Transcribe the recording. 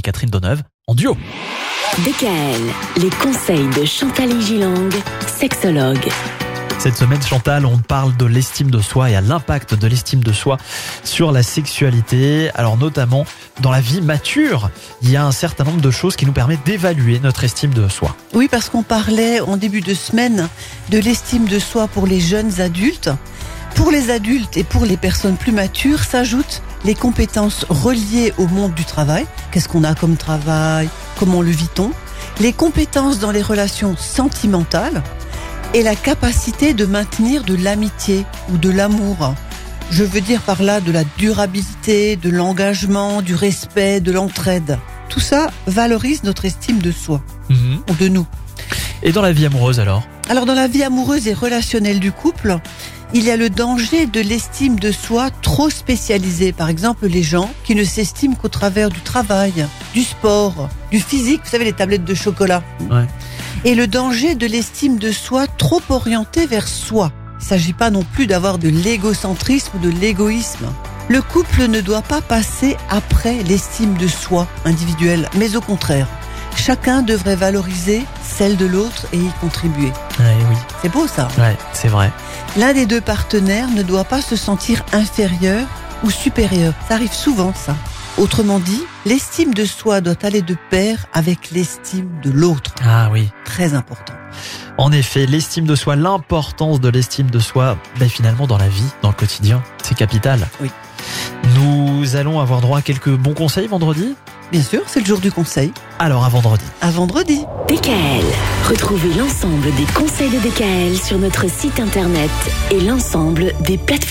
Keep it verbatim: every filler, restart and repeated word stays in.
Catherine Deneuve en duo. D K L, les conseils de Chantal Gilang, sexologue. Cette semaine, Chantal, on parle de l'estime de soi et à l'impact de l'estime de soi sur la sexualité. Alors notamment dans la vie mature, il y a un certain nombre de choses qui nous permettent d'évaluer notre estime de soi. Oui, parce qu'on parlait en début de semaine de l'estime de soi pour les jeunes adultes. Pour les adultes et pour les personnes plus matures s'ajoutent les compétences reliées au monde du travail. Qu'est-ce qu'on a comme travail? Comment le vit-on? Les compétences dans les relations sentimentales et la capacité de maintenir de l'amitié ou de l'amour. Je veux dire par là de la durabilité, de l'engagement, du respect, de l'entraide. Tout ça valorise notre estime de soi, Mmh. ou de nous. Et dans la vie amoureuse alors? Alors dans la vie amoureuse et relationnelle du couple, il y a le danger de l'estime de soi trop spécialisée. Par exemple, les gens qui ne s'estiment qu'au travers du travail, du sport, du physique, vous savez, les tablettes de chocolat. Ouais. Et le danger de l'estime de soi trop orientée vers soi. Il ne s'agit pas non plus d'avoir de l'égocentrisme ou de l'égoïsme. Le couple ne doit pas passer après l'estime de soi individuelle, mais au contraire. Chacun devrait valoriser celle de l'autre et y contribuer. Ouais, oui, C'est beau ça. ouais, c'est vrai. L'un des deux partenaires ne doit pas se sentir inférieur ou supérieur. Ça arrive souvent, ça. Autrement dit, l'estime de soi doit aller de pair avec l'estime de l'autre. Ah oui. Très important. En effet, l'estime de soi, l'importance de l'estime de soi, ben finalement dans la vie, dans le quotidien, c'est capital. Oui. Nous allons avoir droit à quelques bons conseils vendredi. Bien sûr, c'est le jour du conseil. Alors à vendredi. À vendredi. D K L, retrouvez l'ensemble des conseils de D K L sur notre site internet et l'ensemble des plateformes.